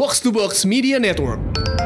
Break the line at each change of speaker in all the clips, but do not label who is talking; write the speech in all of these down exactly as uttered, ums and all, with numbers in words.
Box to Box Media Network.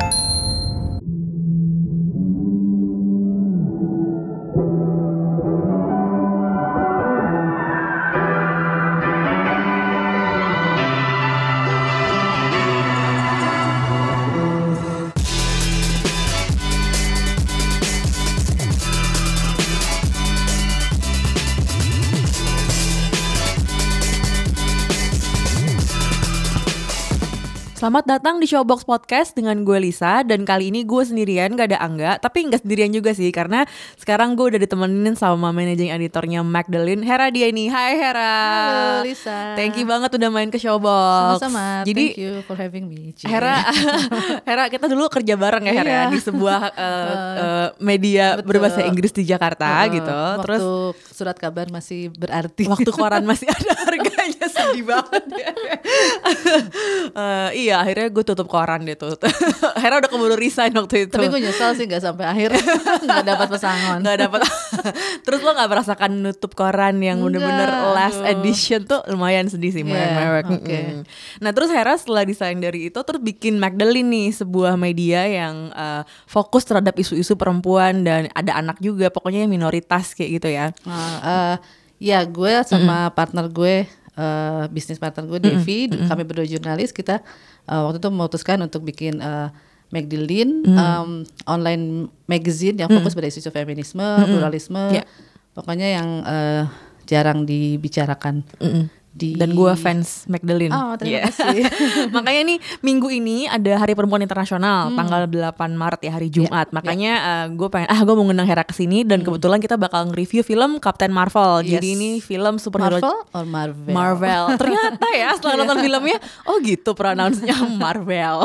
Selamat datang di Showbox Podcast dengan gue Lisa. Dan kali ini gue sendirian, gak ada Angga. Tapi gak sendirian juga sih, karena sekarang gue udah ditemenin sama managing editornya Magdalene, Hera dia nih. Hai Hera.
Halo Lisa.
Thank you banget udah main ke Showbox.
Sama-sama.
Jadi,
thank you for having me. Cie.
Hera, Hera kita dulu kerja bareng ya Hera ya, di sebuah uh, uh, media
Betul.
berbahasa Inggris di Jakarta
uh,
gitu.
Waktu
Terus
surat kabar masih berarti.
waktu koran masih ada harganya, sedih banget ya. uh, Iya, akhirnya gue tutup koran deh tuh. Hera udah keburu resign waktu itu.
Tapi gue nyesel sih gak sampai akhir. Gak dapat pesangon.
Gak dapat. Terus lo gak merasakan nutup koran yang bener-bener
Enggak,
last
aduh.
edition tuh lumayan sedih sih,
Yeah,
mewek.
oke.
Nah terus Hera setelah desain dari itu terus bikin Magdalene nih, sebuah media yang uh, fokus terhadap isu-isu perempuan dan ada anak juga, pokoknya yang minoritas kayak gitu ya.
Nah, uh, ya gue sama partner gue, uh, bisnis partner gue Devi, kami berdua jurnalis, kita uh, waktu itu memutuskan untuk bikin uh, Magdalene um, online magazine yang fokus pada isu-isu feminisme, pluralisme,
Yeah.
pokoknya yang uh, jarang dibicarakan. Di...
Dan gue fans Magdalene.
Oh, terima
Yeah.
kasih.
Makanya nih minggu ini ada Hari Perempuan Internasional, tanggal delapan Maret ya, hari Jumat.
Yeah,
Makanya uh, gue pengen ah gue mau ngundang Hera kesini dan kebetulan kita bakal nge-review film Captain Marvel.
Yes.
Jadi ini film superhero
Marvel or Marvel?
Marvel. Ternyata ya setelah nonton filmnya, oh gitu pronounce-nya Marvel.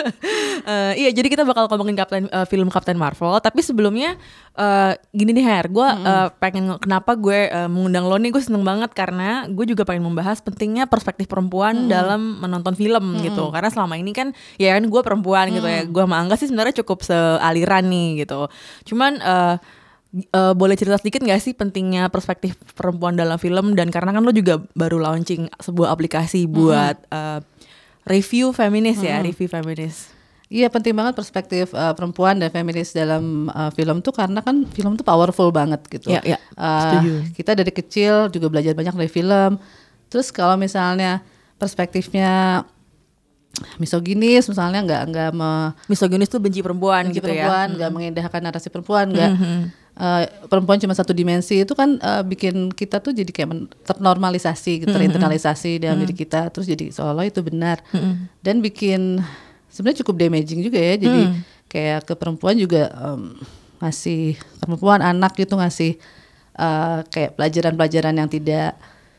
uh, iya, jadi kita bakal ngomongin Captain uh, film Captain Marvel. Tapi sebelumnya uh, gini nih Her, gue uh, pengen kenapa gue uh, mengundang lo nih, gue seneng banget karena gue juga pengen membahas pentingnya perspektif perempuan dalam menonton film gitu. Karena selama ini kan ya kan gue perempuan gitu ya. Gue sama Angga sih sebenarnya cukup sealiran nih gitu. Cuman uh, uh, boleh cerita sedikit gak sih pentingnya perspektif perempuan dalam film? Dan karena kan lo juga baru launching sebuah aplikasi buat uh, review feminis ya, review feminis.
Iya, penting banget perspektif uh, perempuan dan feminis dalam uh, film tuh, karena kan film tuh powerful banget gitu.
Iya, iya,
Uh,
setuju.
kita dari kecil juga belajar banyak dari film. Terus kalau misalnya perspektifnya misoginis, misalnya nggak nggak me,
Misoginis tuh benci perempuan
benci
gitu
perempuan,
ya.
nggak mengindahkan narasi perempuan, nggak uh, perempuan cuma satu dimensi, itu kan uh, bikin kita tuh jadi kayak men- ternormalisasi, gitu, terinternalisasi dalam diri kita, terus jadi seolah-olah itu benar, dan bikin sebenarnya cukup damaging juga ya. Jadi kayak ke perempuan juga um, ngasih perempuan anak gitu ngasih uh, kayak pelajaran-pelajaran yang tidak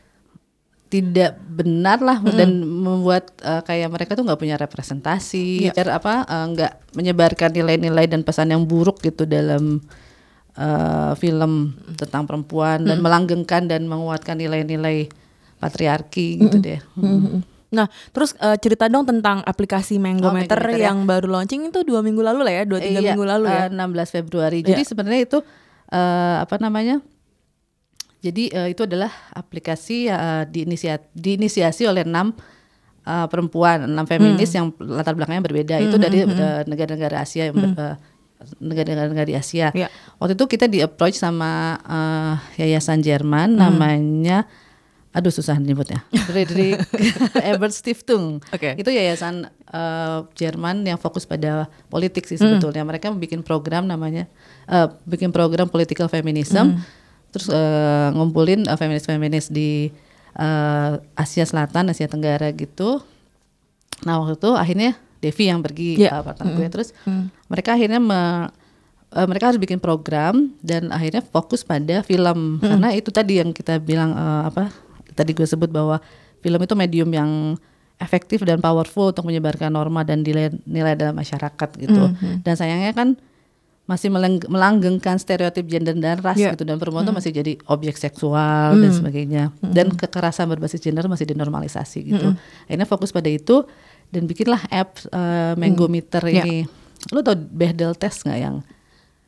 tidak benar lah, dan membuat uh, kayak mereka tuh nggak punya representasi,
Iya.
biar apa uh, nggak menyebarkan nilai-nilai dan pesan yang buruk gitu dalam uh, film tentang perempuan, dan melanggengkan dan menguatkan nilai-nilai patriarki gitu deh.
Nah, terus uh, cerita dong tentang aplikasi Mangometer,
Oh, Mangometer ya.
yang baru launching itu dua minggu lalu lah ya, dua tiga
Iya,
minggu lalu ya.
uh, enam belas Februari. Jadi
Iya.
sebenarnya itu uh, apa namanya? Jadi uh, itu adalah aplikasi uh, diinisiasi, diinisiasi oleh enam uh, perempuan, enam feminis yang latar belakangnya berbeda. Itu dari uh, negara-negara Asia, yang ber- uh, negara-negara di Asia.
Iya.
Waktu itu kita di approach sama uh, yayasan Jerman, namanya, aduh susah nyebutnya, Friedrich Ebert Stiftung.
Oke.
Itu yayasan uh, Jerman yang fokus pada politik sih sebetulnya. Mereka bikin program namanya, uh, bikin program political feminism, terus uh, ngumpulin uh, feminis-feminis di uh, Asia Selatan, Asia Tenggara gitu. Nah waktu itu akhirnya Devi yang pergi,
Yeah.
uh, partner gue. Terus mereka akhirnya me, uh, mereka harus bikin program dan akhirnya fokus pada film, karena itu tadi yang kita bilang uh, apa? Tadi gue sebut bahwa film itu medium yang efektif dan powerful untuk menyebarkan norma dan nilai, nilai dalam masyarakat gitu. Dan sayangnya kan masih meleng- melanggengkan stereotip gender dan ras
Yeah.
gitu, dan perempuan tuh masih jadi objek seksual dan sebagainya. Dan kekerasan berbasis gender masih dinormalisasi gitu. Akhirnya fokus pada itu dan bikinlah app uh, Mangometer
Yeah.
ini. Lu tau Bechdel test nggak yang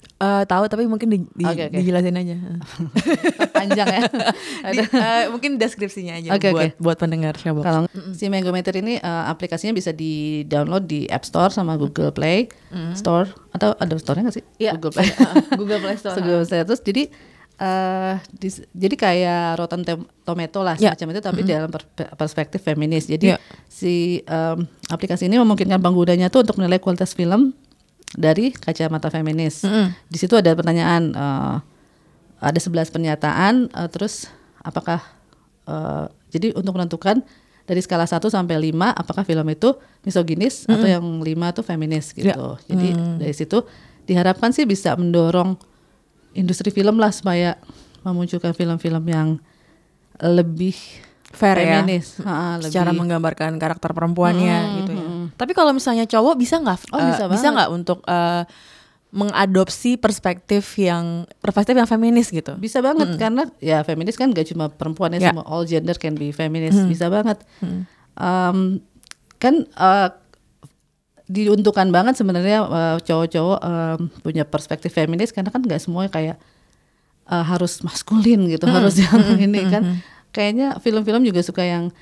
Uh, tahu tapi mungkin di, di,
okay, okay.
dijelasin aja.
Panjang ya.
di, uh, mungkin deskripsinya aja
okay,
buat
okay.
buat pendengar Shybox.
Kalau mm-hmm. si Mangometer ini uh, aplikasinya bisa di download di App Store sama Google Play mm-hmm. Store, atau ada store-nya nggak sih?
Yeah.
Google Play.
Google Play Store.
Google Play. Terus jadi uh, di, jadi kayak Rotten Tomato lah
yeah.
semacam itu, tapi
mm-hmm.
dalam per, perspektif feminis. Jadi yeah. si um, aplikasi ini memungkinkan penggunanya tuh untuk menilai kualitas film dari kacamata feminis. Mm-hmm. Di situ ada pertanyaan, uh, ada sebelas pernyataan, uh, terus apakah uh, jadi untuk menentukan dari skala satu sampai lima apakah film itu misoginis mm-hmm. atau yang lima itu feminis gitu. Yeah. Jadi mm-hmm. dari situ diharapkan sih bisa mendorong industri film lah supaya memunculkan film-film yang lebih
fair
feminis,
ya,
ha,
secara
lebih
menggambarkan karakter perempuannya
hmm,
gitu ya.
Hmm.
Tapi kalau misalnya cowok bisa nggak?
Oh,
uh,
bisa
bisa nggak untuk uh, mengadopsi perspektif yang perspektif yang feminis gitu?
Bisa banget hmm. karena ya feminis kan gak cuma perempuan ya, yeah. semua all gender can be feminist, hmm. bisa banget. Hmm. Um, kan uh, diuntukkan banget sebenarnya uh, cowok-cowok um, punya perspektif feminis karena kan nggak semua kayak uh, harus maskulin gitu, hmm. harus yang hmm. ini kan. Hmm. Kayaknya film-film juga suka yang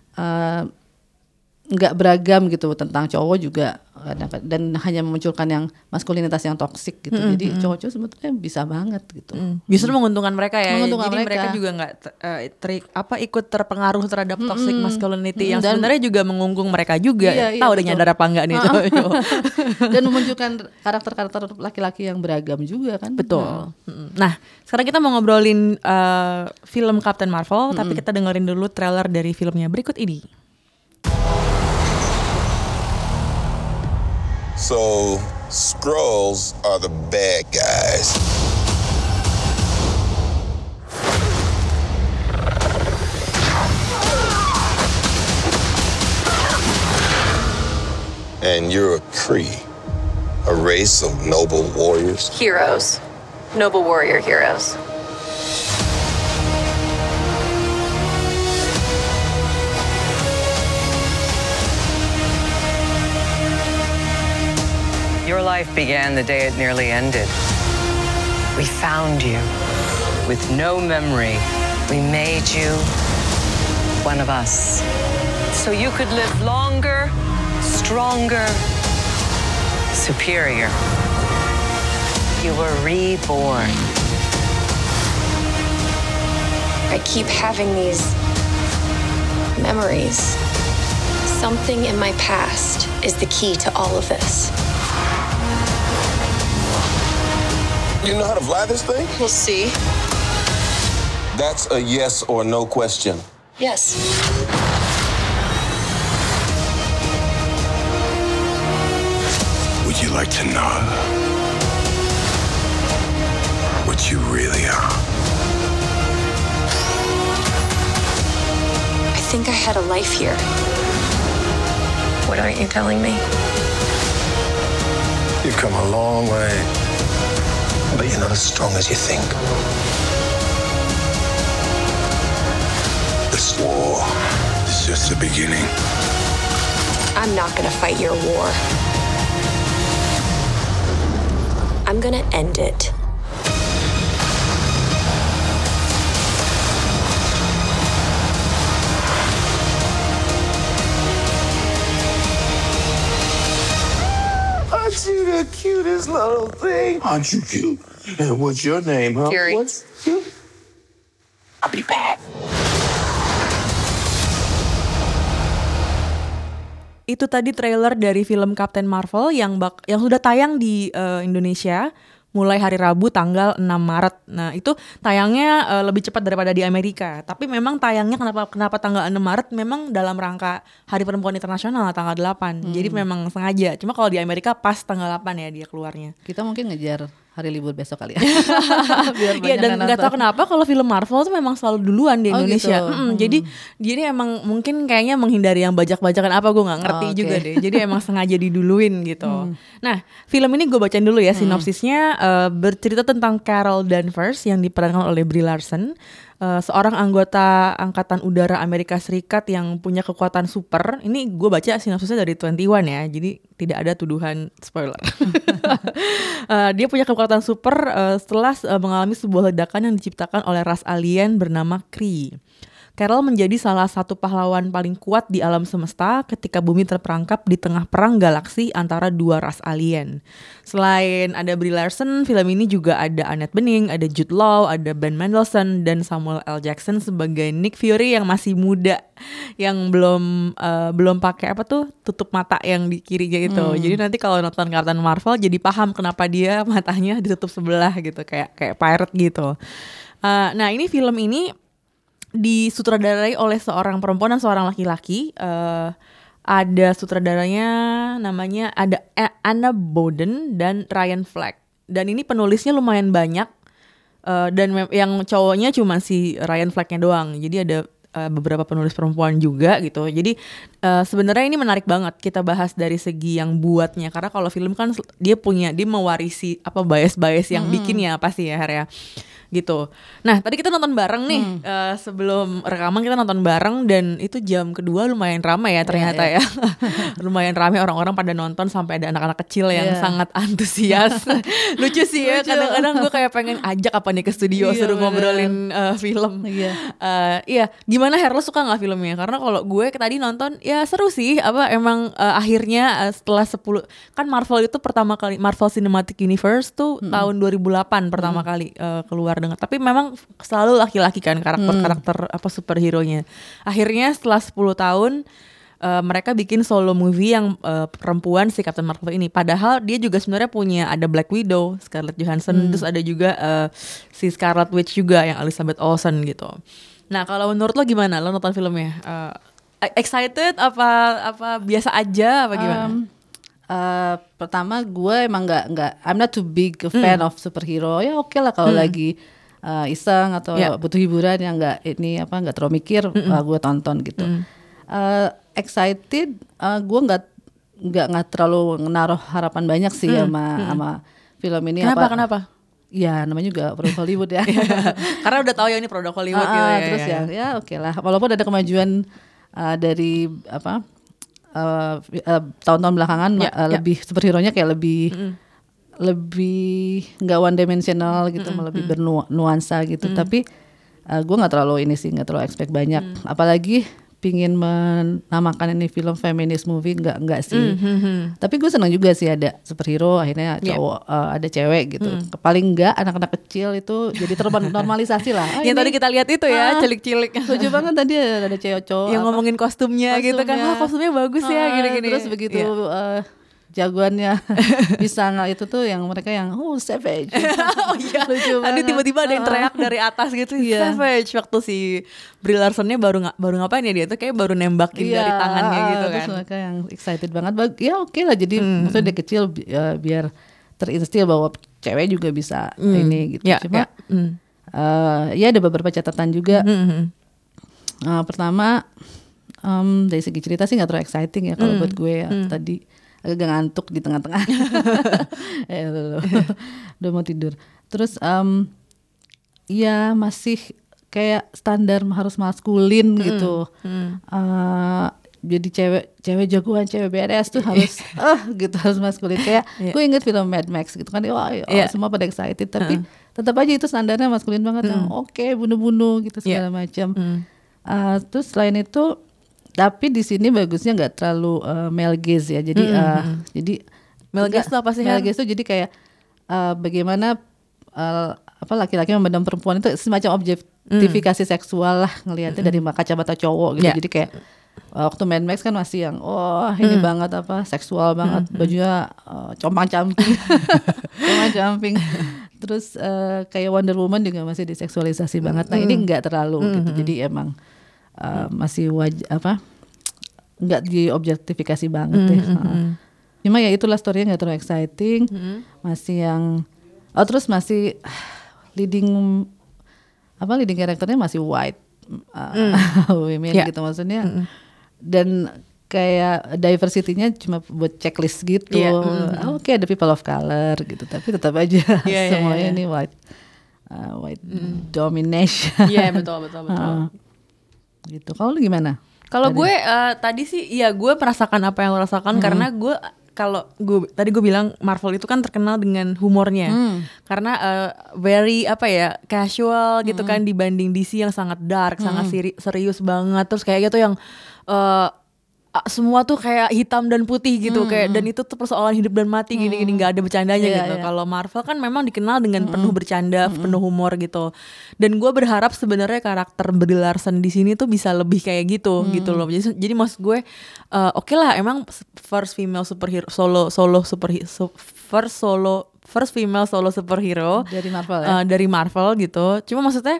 nggak uh, beragam gitu tentang cowok juga, dan hanya memunculkan yang maskulinitas yang toksik gitu. Mm-hmm. Jadi cowok-cowok sebetulnya bisa banget gitu. Mm.
Justru menguntungkan mereka ya.
Menguntungkan
Jadi mereka, mereka juga nggak uh, trik apa ikut terpengaruh terhadap mm-hmm. toxic masculinity mm-hmm. yang dan, sebenarnya juga mengunggung mereka juga. Iya, tahu iya, udah nyadar apa enggak nih cowok-cowok.
Dan memunculkan karakter-karakter laki-laki yang beragam juga kan.
Betul. Mm. Nah, sekarang kita mau ngobrolin uh, film Captain Marvel, mm-hmm. tapi kita dengerin dulu trailer dari filmnya berikut ini.
So, Skrulls are the bad guys. And you're a Kree, a race of noble warriors.
Heroes. Noble warrior heroes.
Your life began the day it nearly ended. We found you with no memory. We made you one of us. So you could live longer, stronger, superior. You were reborn.
I keep having these memories. Something in my past is the key to all of this.
You know how to fly this thing?
We'll see.
That's a yes or no question.
Yes.
Would you like to know what you really are?
I think I had a life here. What aren't you telling me?
You've come a long way. But you're not as strong as you think. This war is just the beginning.
I'm not gonna fight your war. I'm gonna end it.
Aren't you the cutest little thing? Aren't you cute? And what's your name, huh?
Fury.
What's you? I'll be back.
Itu tadi trailer dari film Captain Marvel yang bak yang sudah tayang di uh, Indonesia mulai hari Rabu tanggal enam Maret. Nah, itu tayangnya uh, lebih cepat daripada di Amerika. Tapi memang tayangnya kenapa kenapa tanggal enam Maret memang dalam rangka Hari Perempuan Internasional tanggal delapan. Hmm. Jadi memang sengaja. Cuma kalau di Amerika pas tanggal delapan ya dia keluarnya.
Kita mungkin ngejar hari libur besok kali ya.
Iya, dan nggak tahu kenapa kalau film Marvel tuh memang selalu duluan di Indonesia. Oh, gitu. hmm, hmm. Jadi jadi emang mungkin kayaknya menghindari yang bajak-bajakan apa gue nggak ngerti oh, okay. juga deh. Jadi emang sengaja diduluin gitu. Hmm. Nah, film ini gue bacain dulu ya sinopsisnya. Hmm. Uh, bercerita tentang Carol Danvers yang diperankan oleh Brie Larson. uh, seorang anggota Angkatan Udara Amerika Serikat yang punya kekuatan super. Ini gue baca sinopsisnya dari dua puluh satu ya, jadi tidak ada tuduhan spoiler. uh, dia punya kekuatan super uh, setelah uh, mengalami sebuah ledakan yang diciptakan oleh ras alien bernama Kree. Carol menjadi salah satu pahlawan paling kuat di alam semesta ketika bumi terperangkap di tengah perang galaksi antara dua ras alien. Selain ada Brie Larson, film ini juga ada Annette Bening, ada Jude Law, ada Ben Mendelsohn, dan Samuel L. Jackson sebagai Nick Fury yang masih muda, yang belum uh, belum pakai apa tuh tutup mata yang di kirinya gitu. Hmm. Jadi nanti kalau nonton Captain Marvel jadi paham kenapa dia matanya ditutup sebelah gitu, kayak kayak pirate gitu. Uh, nah ini film ini disutradarai oleh seorang perempuan dan seorang laki-laki. Uh, ada sutradaranya namanya ada Anna Boden dan Ryan Fleck. Dan ini penulisnya lumayan banyak. Uh, dan mem- yang cowoknya cuma si Ryan Flecknya doang. Jadi ada uh, beberapa penulis perempuan juga gitu. Jadi uh, sebenarnya ini menarik banget kita bahas dari segi yang buatnya. Karena kalau film kan dia punya dia mewarisi apa bias-bias yang mm-hmm. bikinnya pasti ya Her ya. Gitu. Nah tadi kita nonton bareng nih hmm. uh, sebelum rekaman kita nonton bareng dan itu jam kedua lumayan ramai ya ternyata yeah, yeah. ya lumayan ramai orang-orang pada nonton sampai ada anak-anak kecil yang yeah. sangat antusias. Lucu sih ya, kadang-kadang gue kayak pengen ajak apa nih ke studio yeah, suruh bener. ngobrolin uh, film. Iya. Yeah. Uh, iya, gimana Her, lo suka nggak filmnya? Karena kalau gue tadi nonton ya seru sih. Apa emang uh, akhirnya uh, setelah sepuluh kan Marvel itu pertama kali Marvel Cinematic Universe tuh hmm. tahun dua ribu delapan pertama hmm. kali uh, keluar. Dengan, tapi memang selalu laki-laki kan karakter-karakter hmm. apa superhero-nya. Akhirnya setelah sepuluh tahun uh, mereka bikin solo movie yang uh, perempuan si Captain Marvel ini. Padahal dia juga sebenarnya punya ada Black Widow, Scarlett Johansson, hmm. terus ada juga uh, si Scarlet Witch juga yang Elizabeth Olsen gitu. Nah, kalau menurut lo gimana? Lo nonton filmnya? Uh, excited apa apa biasa aja apa gimana? Um,
Uh, pertama gue emang nggak nggak I'm not too big a fan mm. of superhero. Ya oke okay lah kalau mm. lagi uh, iseng atau yeah. butuh hiburan yang nggak ini apa nggak terlalu mikir uh, gue tonton gitu. Mm. Uh, excited uh, gue nggak nggak nggak terlalu menaruh harapan banyak sih mm. sama mm. sama film ini.
Kenapa
apa,
kenapa?
Ya namanya juga produk Hollywood ya.
Karena udah tahu ya ini produk Hollywood
uh,
gitu ya.
Terus ya ya oke okay lah. Walaupun ada kemajuan uh, dari apa Uh, uh, tahun-tahun belakangan yeah, uh, yeah. lebih superhero-nya kayak lebih mm. lebih nggak one dimensional gitu, mm-hmm. lebih bernuansa gitu. Mm. Tapi uh, gue nggak terlalu ini sih, nggak terlalu expect banyak. Mm. Apalagi pingin menamakan ini film feminist movie, nggak nggak sih. Mm-hmm. Tapi gue senang juga sih ada superhero akhirnya cowok yeah. uh, ada cewek gitu. Mm. Paling nggak anak-anak kecil itu jadi ternormalisasi lah. Ah,
yang tadi kita lihat itu ya ah, cilik-cilik.
Lucu banget tadi ada cewek cowok
yang apa, ngomongin kostumnya, kostumnya gitu kan. Wah kostumnya bagus ya gini-gini.
Terus begitu. Yeah. Uh, jagoannya bisa nggak itu tuh yang mereka yang oh savage.
Oh iya. Lucu banget. Tadi tiba-tiba ada yang teriak dari atas gitu yeah. savage waktu si Brie Larsonnya baru nggak baru ngapain ya dia tuh kayak baru nembakin yeah. dari tangannya gitu kan.
Terus mereka yang excited banget. Ya oke okay lah jadi mm. maksudnya dia kecil ya, biar terinstil bahwa cewek juga bisa mm. ini gitu. Yeah, Cuma yeah. Mm. Uh, ya ada beberapa catatan juga. Mm-hmm. Uh, pertama um, dari segi cerita sih nggak terlalu exciting ya kalau mm. buat gue ya mm. tadi. Agak ngantuk di tengah-tengah. eh, udah mau tidur. Terus um, ya masih kayak standar harus maskulin mm. gitu. Mm. Uh, jadi cewek cewek jagoan, cewek beres tuh harus uh, gitu harus maskulin. Kayak yeah. gue inget film Mad Max gitu kan. Oh, oh yeah. semua pada excited tapi uh. tetap aja itu standarnya maskulin banget. Mm. Oke, okay, bunuh-bunuh gitu segala yeah. macam. Mm. Uh, terus selain itu tapi di sini bagusnya nggak terlalu uh, male gaze ya, jadi mm-hmm. uh, jadi
male gaze itu apa sih?
Male gaze itu jadi kayak uh, bagaimana uh, apa laki-laki memandang perempuan itu semacam objektifikasi mm. seksual lah ngelihatnya mm-hmm. dari kacamata cowok gitu, yeah. jadi kayak uh, waktu Mad Max kan masih yang oh ini mm. banget apa seksual banget, mm-hmm. bajunya uh, compang-camping, compang-camping. Terus uh, kayak Wonder Woman juga masih diseksualisasi banget. Nah mm. ini nggak terlalu mm-hmm. gitu, jadi emang Uh, masih waj apa nggak diobjektifikasi banget deh. Mm-hmm. Uh. Cuma ya itulah story-nya nggak terlalu exciting, mm-hmm. masih yang oh terus masih leading apa leading karakternya masih white uh, mm. women yeah. gitu maksudnya, mm-hmm. dan kayak diversity-nya cuma buat checklist gitu. Yeah. Mm-hmm. Oh, oke okay, ada people of color gitu, tapi tetap aja yeah, semuanya yeah, yeah. ini white. uh, white domination.
Iya, betul betul betul.
Uh, gitu. Kalau lu gimana?
Kalau
Tadi?
gue uh, tadi sih ya gue merasakan apa yang lo rasakan, karena gue kalau gue tadi gue bilang Marvel itu kan terkenal dengan humornya, karena uh, very apa ya casual gitu kan, dibanding D C yang sangat dark, sangat seri- serius banget, terus kayak gitu yang uh, semua tuh kayak hitam dan putih gitu, kayak dan itu tuh persoalan hidup dan mati gini-gini, nggak ada bercandanya
Iya,
gitu.
iya.
Kalau Marvel kan memang dikenal dengan penuh bercanda, penuh humor gitu. Dan gue berharap sebenarnya karakter Brie Larson di sini tuh bisa lebih kayak gitu gitu loh. Jadi, jadi maksud gue uh, oke okay lah, emang first female superhero solo solo superhero first solo first female solo superhero
Dari Marvel ya?
uh, dari Marvel gitu. Cuma maksudnya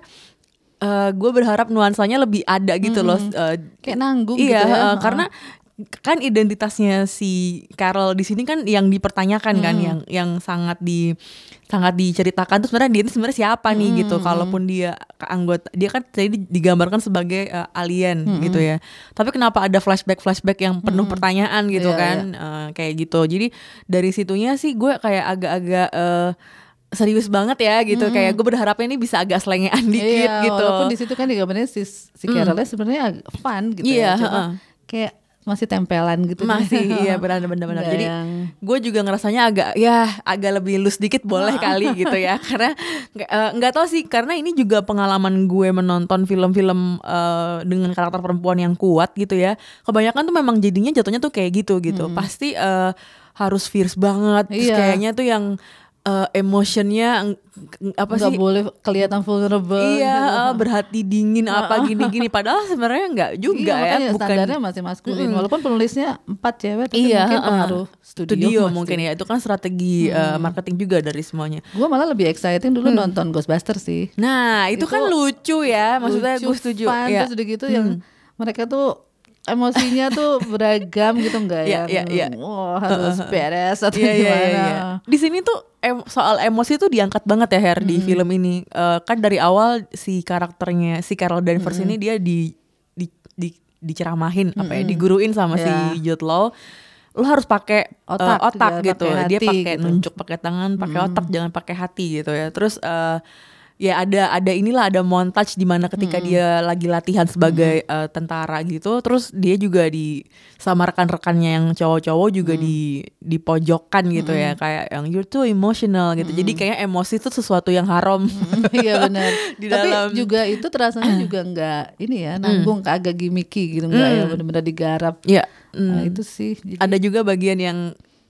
Uh, gue berharap nuansanya lebih ada gitu loh, uh,
Kayak nanggung
iya,
gitu ya.
uh, karena kan identitasnya si Carol di sini kan yang dipertanyakan kan, yang yang sangat di sangat diceritakan tuh sebenarnya dia itu sebenarnya siapa nih gitu. Kalaupun dia anggota, dia kan tadi digambarkan sebagai uh, alien gitu ya. Tapi kenapa ada flashback-flashback yang penuh pertanyaan gitu
Iya,
kan, Uh, kayak gitu. Jadi dari situnya sih gue kayak agak-agak uh, serius banget ya gitu, hmm. kayak gue berharapnya ini bisa agak selengean dikit
Iya,
gitu.
walaupun di situ kan digambarnya si si Carolnya sebenarnya agak fun gitu
Iya,
ya, cuma
uh-uh.
kayak masih tempelan gitu.
Masih iya benar-benar.
Nggak
Jadi
yang-
gue juga ngerasanya agak ya agak lebih loose dikit boleh kali gitu ya, karena nggak uh, nggak tahu sih, karena ini juga pengalaman gue menonton film-film uh, dengan karakter perempuan yang kuat gitu ya. Kebanyakan tuh memang jadinya jatuhnya tuh kayak gitu gitu. Hmm. Pasti uh, harus fierce banget. Terus
Iya.
kayaknya tuh yang Uh, emotionnya ng- ng- apa
nggak
sih?
boleh kelihatan vulnerable.
Iya,
gitu.
uh, berhati dingin apa gini-gini. Padahal sebenarnya nggak juga
Iya,
ya.
makanya
Bukan
standarnya masih maskulin. Walaupun penulisnya empat cewek, tapi
iya,
mungkin
uh,
pengaruh studio,
studio
pasti.
mungkin ya. Itu kan strategi uh, marketing juga dari semuanya.
Gue malah lebih exciting dulu nonton Ghostbusters sih.
Nah, itu,
Itu
kan lucu ya. Maksudnya
Lucu,
gue setuju.
fun,
Ya.
terus udah gitu yang mereka tuh emosinya tuh beragam gitu, nggak
Iya,
yang
iya, iya.
wah harus beres atau
Iya, iya,
gimana.
iya, iya. Di sini tuh em- soal emosi tuh diangkat banget ya Her di film ini. Eh, kan dari awal si karakternya si Carol Danvers ini dia di, di, di diceramahin apa ya, diguruin sama si
Iya.
Jude Law. Lo harus pakai eh,
Otak,
otak
dia
gitu.
pakai
Dia
hati
pakai
gitu.
nunjuk pakai tangan, pakai otak, jangan pakai hati gitu ya. Terus eh, ya ada ada inilah ada montage di mana ketika dia lagi latihan sebagai uh, tentara gitu, terus dia juga di sama rekan-rekannya yang cowok-cowok juga di dipojokkan gitu ya, kayak yang you're too emotional gitu. Jadi kayak emosi itu sesuatu yang haram.
Iya benar.
Di
Tapi
dalam.
juga itu terasanya juga nggak ini ya, nanggung, agak gimmicky gitu, nggak ya benar-benar digarap.
Ya,
Nah, itu sih. Jadi,
ada juga bagian yang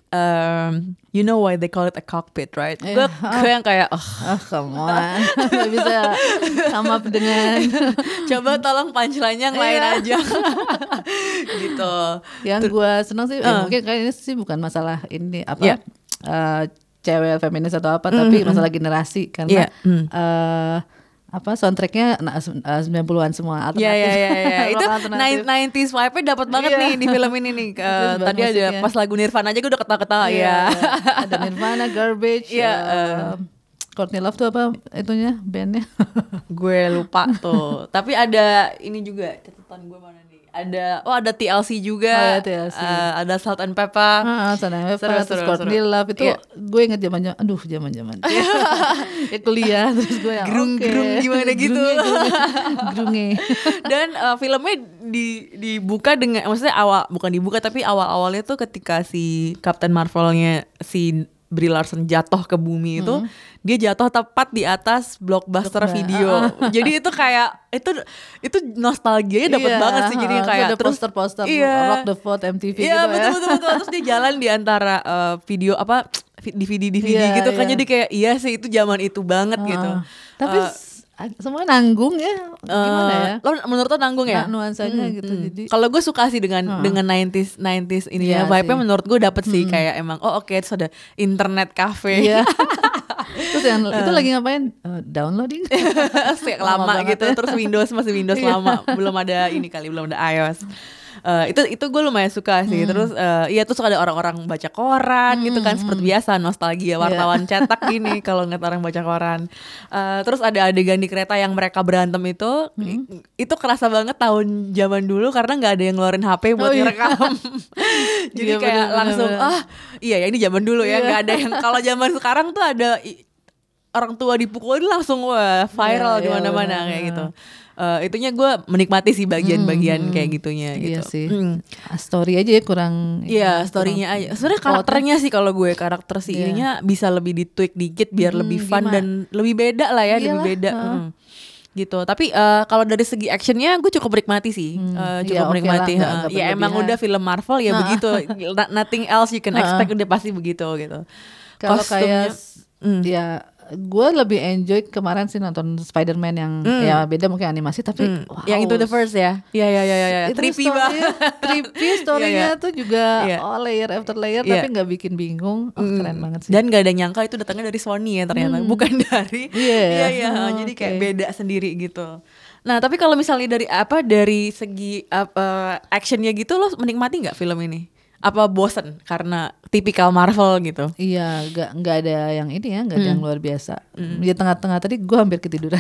um, you know why they call it a cockpit, right? Gue gue yang kayak oh,
ah come on, nggak bisa sama dengan
coba tolong punchline-nya yang lain
Iya.
aja. Gitu.
yang gue senang sih. Ya, mungkin kayak ini sih bukan masalah ini apa
Iya.
eh, cewek feminis atau apa, tapi masalah generasi karena
Iya, mm.
eh, apa soundtracknya nah, se- eh, sembilan puluhan semua
Iya
alternatif.
iya iya iya. Itu
Rock alternatif.
nineties vibe-nya dapat banget
Iya.
nih di film ini nih. Eh,
Bagus banget
tadi ada
musiknya.
pas lagu Nirvana aja gue udah ketawa-ketawa
Iya,
ya.
ada Nirvana, Garbage,
Iya,
eh, Courtney Love tuh apa itunya bandnya?
Gue lupa tuh. Tapi ada ini juga catatan gue mana nih. Ada oh ada T L C juga.
Oh, ya, T L C.
Eh, ada Salt and Pepper.
Ah, sana
Seru,
terus
seru,
Courtney
seru.
Love itu
Iya.
gue inget zaman zaman, aduh zaman zaman, ya kuliah terus gue yang
Gerung-
oke.
gerung gimana gitu.
Gerunge, gerunge.
Dan eh, filmnya di dibuka dengan maksudnya awal bukan dibuka tapi awal-awalnya tuh ketika si Captain Marvel-nya si Brie Larson jatuh ke bumi itu, dia jatuh tepat di atas blockbuster
Blockbuster,
video.
ah.
Jadi itu kayak itu itu nostalgianya dapat
Iya,
banget sih. Jadi
terus
kayak
ada poster-poster
iya.
Rock the Vote M T V
Iya
gitu
betul,
ya.
betul betul terus dia jalan di antara eh, video apa D V D D V D
Iya,
gitu kan,
iya.
jadi kayak iya sih itu zaman itu banget
Ah.
gitu.
Tapi
Eh,
s- semua nanggung ya, gimana
eh,
ya?
Lo menurut lo nanggung ya?
Nah, nuansanya gitu. Jadi
Kalau gue suka sih dengan dengan nineties nineties ini ya,
Iya
vibe-nya
sih.
menurut gue dapet sih kayak emang oh oke terus ada internet cafe.
iya. Terus yang itu lagi ngapain? Eh, downloading.
Sejak
Lama
lama
banget
gitu
ya.
terus Windows masih Windows
Iya.
lama belum ada ini kali belum ada iOS. Eh, itu itu gue lumayan suka sih. Terus eh, iya terus ada orang-orang baca koran gitu kan seperti biasa nostalgia wartawan cetak gini kalau ngeliat orang baca koran. Eh, terus ada adegan di kereta yang mereka berantem itu i- itu kerasa banget tahun zaman dulu karena nggak ada yang ngeluarin H P buat
Oh, iya.
ngerekam. Jadi
Iya,
kayak
bener, bener,
langsung
bener.
ah iya ya ini zaman dulu ya
Iya.
nggak ada yang kalau zaman sekarang tuh ada i- orang tua dipukulin langsung wah viral
Iya,
di
iya,
mana-mana
benar.
kayak gitu. Uh, itunya gue menikmati sih bagian-bagian kayak gitunya
Iya
gitu.
sih.
Hmm.
Story aja ya kurang.
Iya, storynya aja. Sebenarnya karakternya sih kalau gue karakter si
Iya.
ininya bisa lebih ditweak dikit biar
Hmm,
lebih fun
gimana?
dan lebih beda lah ya, lebih
Iyalah,
beda.
heeh.
Mm. Gitu. Tapi uh, kalau dari segi actionnya gue cukup menikmati sih,
Hmm,
Uh,
iya,
cukup
oke
menikmati.
lah, nggak-
heeh.
nggak
Ya emang
berlebihan.
udah film Marvel ya begitu. No- Nothing else you can expect udah pasti begitu gitu.
Kalau
Kostumnya-
kayak ya gue lebih enjoy kemarin sih nonton Spider-Man yang ya beda mungkin animasi tapi
Hmm,
wow,
yang Into the Verse ya. Iya iya iya iya.
itu
Trippy
story-
banget.
trippy storynya
Iya, iya.
tuh juga
Iya.
oh, layer after layer
Iya.
tapi nggak bikin bingung. Oh, keren banget sih.
Dan gak ada nyangka itu datangnya dari Sony ya ternyata, bukan dari
Iya.
iya iya.
Oh,
Jadi kayak
oke.
beda sendiri gitu. Nah tapi kalau misalnya dari apa dari segi apa actionnya gitu lo menikmati nggak film ini? Apa bosen karena tipikal Marvel gitu?
Iya, nggak nggak ada yang ini ya, nggak ada
Hmm.
yang luar biasa. Di tengah-tengah tadi gue hampir ketiduran.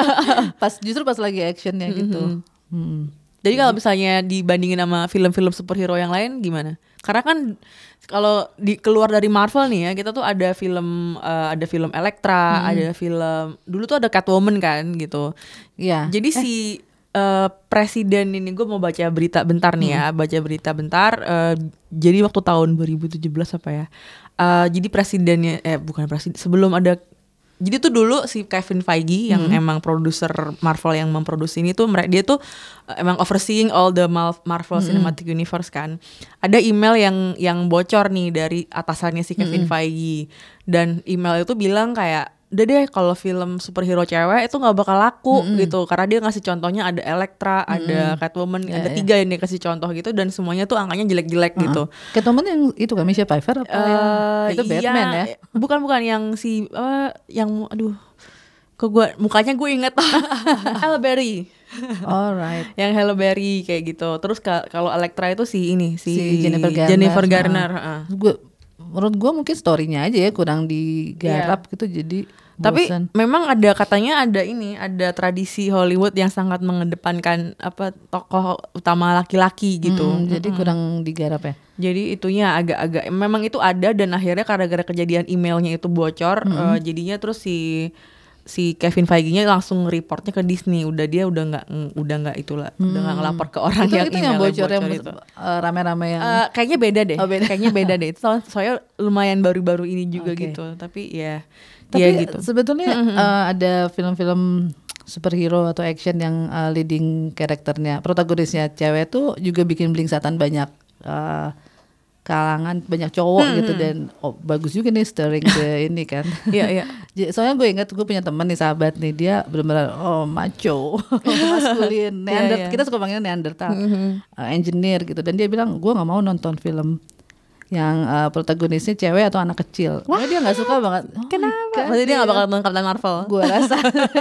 Pas justru pas lagi actionnya gitu. Hmm.
Jadi kalau misalnya dibandingin sama film-film superhero yang lain gimana? Karena kan kalau di keluar dari Marvel nih ya, kita tuh ada film eh, ada film Elektra, ada film dulu tuh ada Catwoman kan gitu.
Iya.
Jadi si eh, presiden ini gue mau baca berita bentar nih ya, baca berita bentar. eh, jadi waktu tahun dua ribu tujuh belas apa ya? Eh, jadi presidennya eh bukan presiden sebelum ada. Jadi tuh dulu si Kevin Feige yang emang produser Marvel yang memproduksi ini tuh mere- dia tuh uh, emang overseeing all the Mal- Marvel Cinematic Universe kan. Ada email yang yang bocor nih dari atasannya si Kevin Feige dan email itu bilang kayak udah deh kalau film superhero cewek itu nggak bakal laku gitu karena dia ngasih contohnya ada Elektra, ada Catwoman,
Ya,
ada
ya.
tiga yang dia kasih contoh gitu dan semuanya tuh angkanya jelek-jelek gitu.
Catwoman yang itu kan Michelle Pfeiffer apa yang
Eh,
itu Batman ya?
Bukan bukan yang si apa yang aduh kok gua mukanya gue inget Halle Berry.
Alright.
Yang Halle Berry kayak gitu. Terus ka- kalau Elektra itu si ini si,
Si Jennifer Garner.
Jennifer Garner,
Ah.
heeh.
Gue menurut gue mungkin storynya aja ya kurang digarap gitu jadi
Tapi
bosan.
memang ada katanya ada ini, ada tradisi Hollywood yang sangat mengedepankan apa tokoh utama laki-laki gitu.
Mm, jadi kurang digarap ya.
Jadi itunya agak-agak memang itu ada dan akhirnya gara-gara kejadian emailnya itu bocor, eh, jadinya terus si si Kevin Feige-nya langsung reportnya ke Disney. Udah dia udah nggak udah nggak itulah, udah nggak ngelapor ke orang
itu
yang
itu yang
emailnya
bocor yang
itu.
eh, rame-rame yang
Eh, kayaknya beda deh.
Oh, beda.
Kayaknya beda deh. Itu soal- soalnya lumayan baru-baru ini juga
Oke.
gitu. Tapi ya
tapi
ya gitu.
sebetulnya eh, ada film-film superhero atau action yang eh, leading karakternya protagonisnya cewek tuh juga bikin blingsatan banyak eh, kalangan banyak cowok gitu dan oh, bagus juga nih stirring ke ini kan.
Iya, iya.
Jadi, soalnya gue ingat gue punya teman nih sahabat nih dia benar-benar oh macho, maskulin, Neander,
iya.
kita suka panggilnya Neanderthal, uh, engineer gitu dan dia bilang gue nggak mau nonton film yang uh, protagonisnya cewek atau anak kecil. Wah dia nggak suka banget. Oh my
Kenapa?
God,
Maksudnya dia nggak
dia-
bakal nonton Captain Marvel.
gue rasa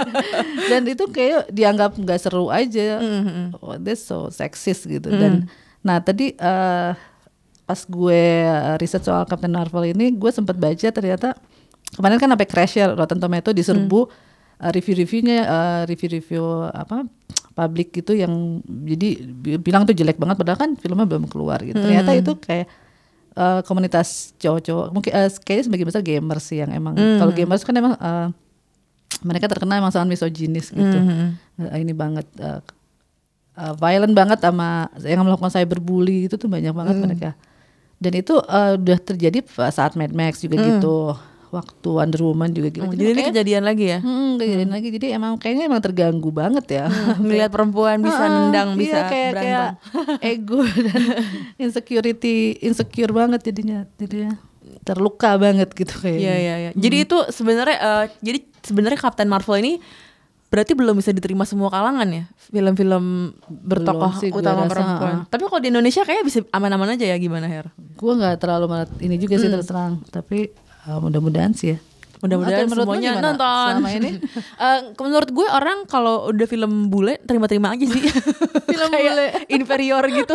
dan itu kayak dianggap nggak seru aja. Oh, that's so sexist gitu dan nah tadi uh, pas gue uh, riset soal Captain Marvel ini gue sempat baca ternyata kemarin kan sampai crash ya Rotten Tomato diserbu uh, review-reviewnya uh, review-review apa publik gitu yang jadi bi- bilang tuh jelek banget padahal kan filmnya belum keluar gitu ternyata itu kayak uh, komunitas cowok-cowok mungkin uh, kayaknya sebagian besar gamers sih yang emang kalau gamers kan emang uh, mereka terkenal emang sangat misoginis gitu Uh, ini banget uh, uh, violent banget sama yang melakukan cyberbully itu tuh banyak banget mereka dan itu uh, udah terjadi saat Mad Max juga gitu waktu Wonder Woman juga gitu
Oh, jadi ini kejadian lagi ya?
Hmm, kejadian lagi. Jadi emang kayaknya emang terganggu banget ya.
Ngelihat perempuan bisa
Ah,
nendang, bisa
iya, kayak,
berantem.
kayak ego dan insecurity, insecure banget jadinya. Jadinya terluka banget gitu kayaknya.
Iya iya iya. Jadi itu sebenarnya eh, jadi sebenarnya Captain Marvel ini berarti belum bisa diterima semua kalangan ya film-film bertokoh
sih, gua
utama
rasa,
perempuan.
ah.
Tapi kalau di Indonesia kayaknya bisa aman-aman aja ya gimana Her?
Gue nggak terlalu merhat- ini juga sih terus terang. Tapi uh, mudah-mudahan sih ya.
Mudah-mudahan
Atau menurut lu
semuanya
gimana
nonton.
selama ini?
Eh, menurut gue orang kalau udah film bule terima-terima aja sih. Film bule inferior gitu.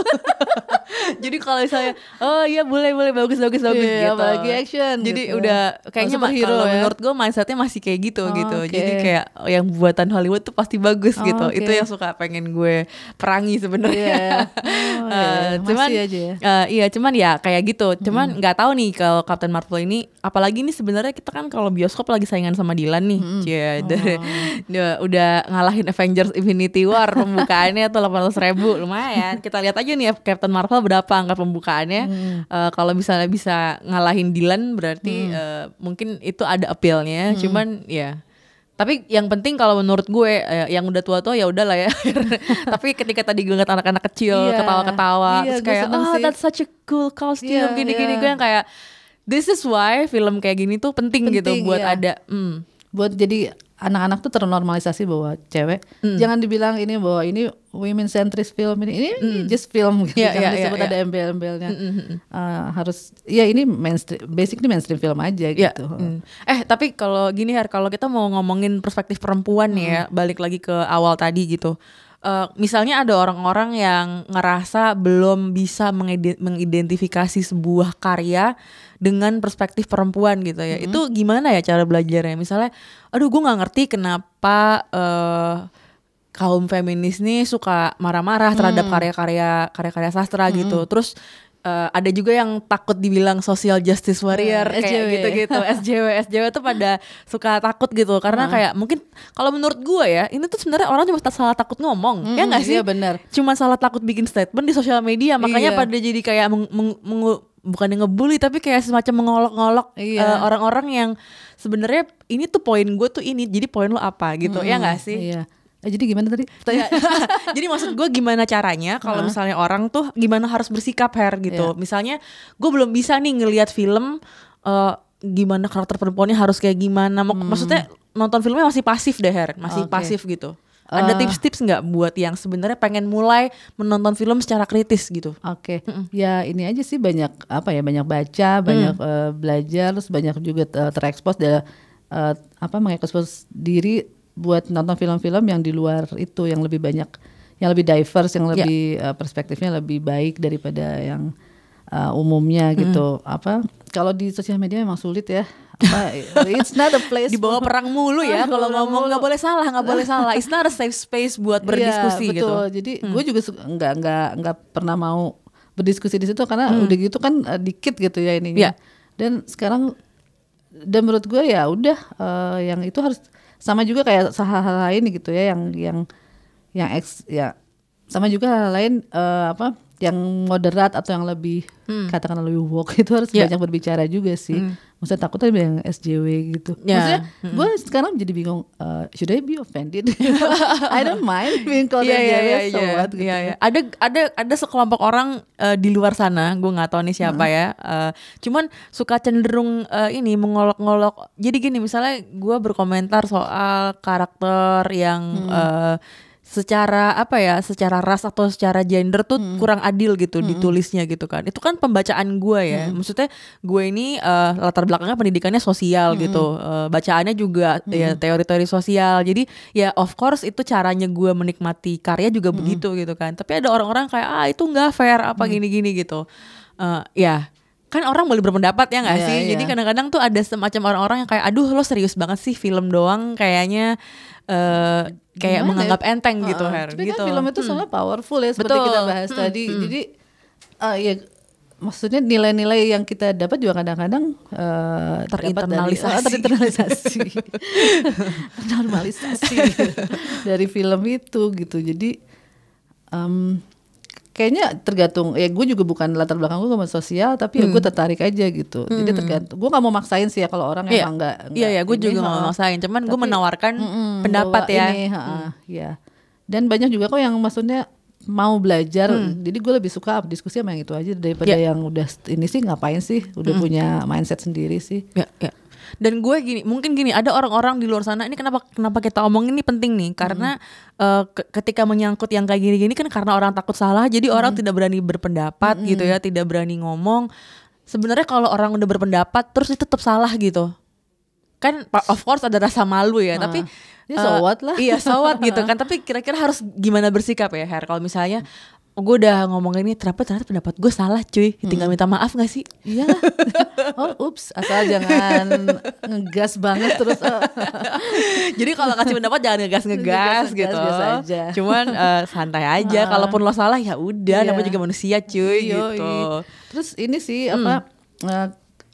Jadi kalau misalnya oh iya bule bule bagus bagus bagus
Iya,
gitu.
apalagi action
Jadi
gitu.
udah kayaknya
Oh, superhero
kalau
ya.
menurut gue mindsetnya masih kayak gitu
Oh,
gitu.
oke.
Jadi kayak oh, yang buatan Hollywood tuh pasti bagus
Oh,
gitu.
oke.
Itu yang suka pengen gue perangi sebenarnya.
Iya. Oh,
Eh,
iya.
cuman
Masih aja ya.
eh, iya cuman ya kayak gitu. Cuman nggak tahu nih kalau Captain Marvel ini apalagi nih sebenarnya kita kan kalau bioskop lagi saingan sama Dylan nih.
Mm-hmm.
Cie, dari, dia udah ngalahin Avengers Infinity War pembukaannya tuh delapan ratus ribu, lumayan. Kita lihat aja nih Captain Marvel berapa angka pembukaannya. Mm. Uh, kalau misalnya bisa ngalahin Dylan berarti mm. uh, mungkin itu ada appeal-nya. Mm. Cuman ya. Tapi yang penting kalau menurut gue eh, yang udah tua-tua ya udahlah ya. Tapi ketika tadi gue ngeliat anak-anak kecil
yeah.
ketawa-ketawa
yeah,
terus kayak oh
sih.
that's such a cool costume
yeah,
gini-gini
yeah.
gue yang kayak this is why film kayak gini tuh penting, penting gitu buat yeah. ada hmm.
buat jadi anak-anak tuh ternormalisasi bahwa cewek mm. jangan dibilang ini bahwa ini women centrist film ini ini, mm. ini just film gitu
yeah,
jangan
yeah,
disebut
yeah,
ada
yeah.
embel-embelnya
mm-hmm.
uh, harus ya ini mainstream basically mainstream film aja
yeah.
gitu.
mm. Eh tapi kalau gini Her, kalau kita mau ngomongin perspektif perempuan nih mm. ya balik lagi ke awal tadi gitu. Uh, misalnya ada orang-orang yang ngerasa belum bisa mengide- mengidentifikasi sebuah karya dengan perspektif perempuan gitu ya. Mm-hmm. Itu gimana ya cara belajarnya? Misalnya, aduh gue nggak ngerti kenapa uh, kaum feminis nih suka marah-marah terhadap mm. karya-karya karya-karya sastra mm-hmm. gitu. Terus Uh, ada juga yang takut dibilang social justice warrior
yeah,
kayak
S J W.
gitu-gitu S J W S J W tuh pada suka takut gitu karena uh. kayak mungkin kalau menurut gue ya ini tuh sebenarnya orang cuma salah takut ngomong mm, ya nggak sih?
Iya benar.
Cuma salah takut bikin statement di sosial media makanya
iya.
pada jadi kayak meng, meng, meng, bukan yang ngebully tapi kayak semacam mengolok-ngolok iya. uh, orang-orang yang sebenarnya ini tuh poin gue tuh ini jadi poin lo apa gitu mm, ya nggak sih?
Iya. Eh, jadi gimana tadi?
Jadi maksud gue gimana caranya kalau uh-huh. misalnya orang tuh gimana harus bersikap Her gitu. Yeah. Misalnya gue belum bisa nih ngelihat film uh, gimana karakter perempuannya harus kayak gimana. Hmm. Maksudnya nonton filmnya masih pasif deh Her, masih okay. pasif gitu. Uh, Ada tips-tips nggak buat yang sebenarnya pengen mulai menonton film secara kritis gitu?
Oke, okay. ya ini aja sih banyak apa ya banyak baca, banyak mm. uh, belajar, terus banyak juga uh, terekspos dan uh, apa mengekspos diri buat nonton film-film yang di luar itu yang lebih banyak, yang lebih diverse, yang lebih yeah. uh, perspektifnya lebih baik daripada yang uh, umumnya gitu. Mm. Apa kalau di sosial media memang sulit ya. Apa, it's not a place.
Dibawa perang mulu ya kalau ngomong nggak boleh salah, nggak boleh salah. It's not a safe space buat berdiskusi
yeah,
gitu.
Betul. Jadi hmm. gue juga suka, nggak nggak nggak pernah mau berdiskusi di situ karena hmm. udah gitu kan uh, dikit gitu ya ininya. Yeah. Dan sekarang dan menurut gue ya udah uh, yang itu harus sama juga kayak hal-hal lain gitu ya yang yang yang eks, ya sama juga hal lain uh, apa yang moderat atau yang lebih hmm. katakanlah lebih woke itu harus yeah. banyak berbicara juga sih. Hmm. Maksudnya takutnya yang S J W gitu. Yeah. Maksudnya hmm. gue sekarang jadi bingung uh, should I be offended? I don't mind being called yeah, S J W yeah, yeah, so
yeah.
what gitu.
Yeah, yeah. Ada ada ada sekelompok orang uh, di luar sana, gue nggak tahu nih siapa hmm. ya. Uh, cuman suka cenderung uh, ini mengolok-ngolok. Jadi gini misalnya gue berkomentar soal karakter yang hmm. uh, secara apa ya, secara ras atau secara gender tuh hmm. kurang adil gitu hmm. ditulisnya gitu kan. Itu kan pembacaan gue ya. Hmm. Maksudnya gue ini uh, latar belakangnya pendidikannya sosial hmm. gitu. Uh, bacaannya juga hmm. ya teori-teori sosial. Jadi ya of course itu caranya gue menikmati karya juga hmm. begitu gitu kan. Tapi ada orang-orang kayak ah itu nggak fair apa hmm. gini-gini gitu. Uh, ya kan orang boleh berpendapat ya nggak yeah, sih. Yeah. Jadi kadang-kadang tuh ada semacam orang-orang yang kayak aduh lo serius banget sih film doang kayaknya. Uh, kayak
Gimana
menganggap
ya?
enteng gitu
uh,
Her
tapi
gitu.
kan film itu hmm. soalnya powerful ya seperti
Betul.
kita bahas hmm. tadi hmm. jadi uh, ya maksudnya nilai-nilai yang kita dapat juga kadang-kadang uh,
terinternalisasi
dari, uh, terinternalisasi normalisasi dari film itu gitu. Jadi um, kayaknya tergantung ya gue juga bukan latar belakang gue sama sosial tapi ya gue tertarik aja gitu. Hmm. Jadi tergantung. Gue nggak mau maksain sih ya kalau orang
yeah.
emang nggak.
Iya ya gue juga nggak mau maksain. Cuman gue menawarkan pendapat ya.
Ini, hmm. ya. Dan banyak juga kok yang maksudnya mau belajar. Hmm. Jadi gue lebih suka diskusi sama yang itu aja daripada yeah. yang udah ini sih ngapain sih udah hmm. punya mindset sendiri sih.
Ya. Yeah, yeah. Dan gue gini, mungkin gini, ada orang-orang di luar sana ini kenapa kenapa kita omongin ini penting nih karena hmm. uh, ke- ketika menyangkut yang kayak gini-gini kan karena orang takut salah, jadi hmm. orang tidak berani berpendapat hmm. gitu ya, tidak berani ngomong. Sebenarnya kalau orang udah berpendapat terus itu tetap salah gitu, kan of course ada rasa malu ya, hmm. tapi
ya so what lah.
Iya so what gitu kan, tapi kira-kira harus gimana bersikap ya Her kalau misalnya gue udah ngomong ini ternyata ternyata pendapat gue salah cuy, tinggal minta maaf gak sih?
Iya. Oh ups, asal jangan ngegas banget terus. Oh.
Jadi kalau kasih pendapat jangan ngegas-ngegas gitu.
Biasa aja.
Cuman uh, santai aja. Uh. Kalaupun lo salah ya udah,
iya.
namanya juga manusia cuy.
Iyo,
gitu.
Terus ini sih apa? Hmm. Uh,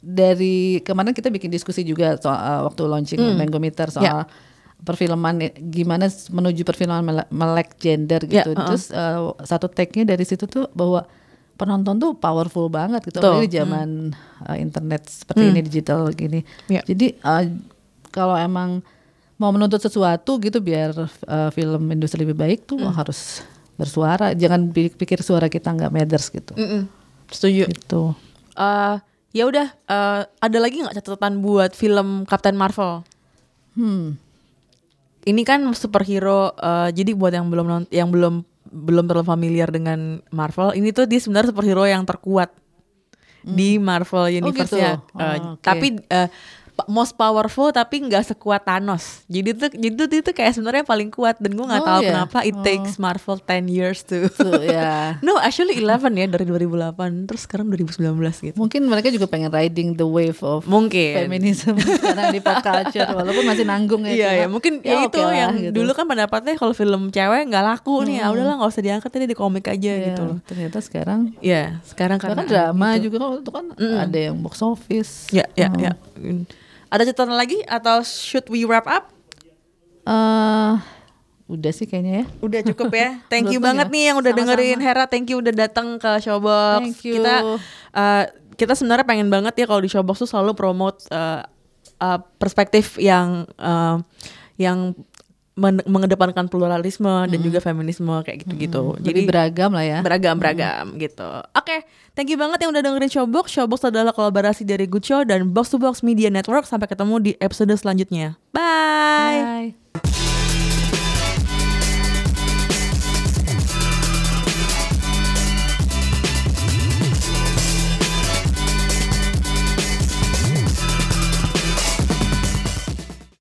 dari kemarin kita bikin diskusi juga soal uh, waktu launching
Hmm.
Mangometer soal
Ya.
perfilman ya, gimana s- menuju perfilman mele- melek gender gitu.
Ya, uh-uh.
Terus uh, satu take-nya dari situ tuh bahwa penonton tuh powerful banget gitu.
Betul.
Apalagi di zaman uh, internet seperti ini, digital gini.
Ya.
Jadi uh, kalau emang mau menuntut sesuatu gitu biar uh, film industri lebih baik tuh harus bersuara. Jangan pi- pikir suara kita nggak matters gitu.
Mm-mm. Setuju.
Gitu.
Eh, ya udah, eh, ada lagi nggak catatan buat film Captain Marvel?
Hmm.
Ini kan superhero, eh, jadi buat yang belum nont- yang belum belum terlalu familiar dengan Marvel, ini tuh dia sebenarnya superhero yang terkuat di Marvel Universe ya.
gitu.
Eh,
Oh, oke.
Tapi eh, pa- most powerful tapi nggak sekuat Thanos. Jadi tuh, jadi tuh dia tuh kayak sebenarnya paling kuat dan gue nggak
Oh,
tahu
iya?
kenapa it
Oh.
takes Marvel ten years to.
Tuh, ya.
No, actually eleven ya dari dua ribu delapan terus sekarang dua ribu sembilan belas gitu.
Mungkin mereka juga pengen riding the wave of
Mungkin.
feminism sekarang di pop culture walaupun masih nanggung ya.
Iya
cuma
ya mungkin ya,
oke
itu
lah,
yang
gitu.
dulu kan pendapatnya kalau film cewek nggak laku nih ya udahlah nggak usah diangkat ini di komik aja
Iya,
gitu loh.
ternyata sekarang
Ya sekarang karena
bahkan drama
gitu.
juga kalau itu kan ada yang box office.
Ya ya
Oh.
ya. Ada catatan lagi atau should we wrap up?
Eh, udah sih kayaknya ya.
Udah cukup ya. Thank you
Menurut lu
banget
gimana?
nih yang udah
Sama-sama.
dengerin Hera. Thank you udah datang ke Showbox.
Thank you.
Kita uh, kita sebenarnya pengen banget ya kalau di Showbox tuh selalu promote uh, uh, perspektif yang uh, yang men- mengedepankan pluralisme dan juga feminisme kayak gitu-gitu.
Jadi beragam lah ya.
beragam-beragam gitu. Oke, thank you banget yang udah dengerin Showbox. Showbox adalah kolaborasi dari Good Show dan Box to Box Media Network. Sampai ketemu di episode selanjutnya. Bye.
Bye.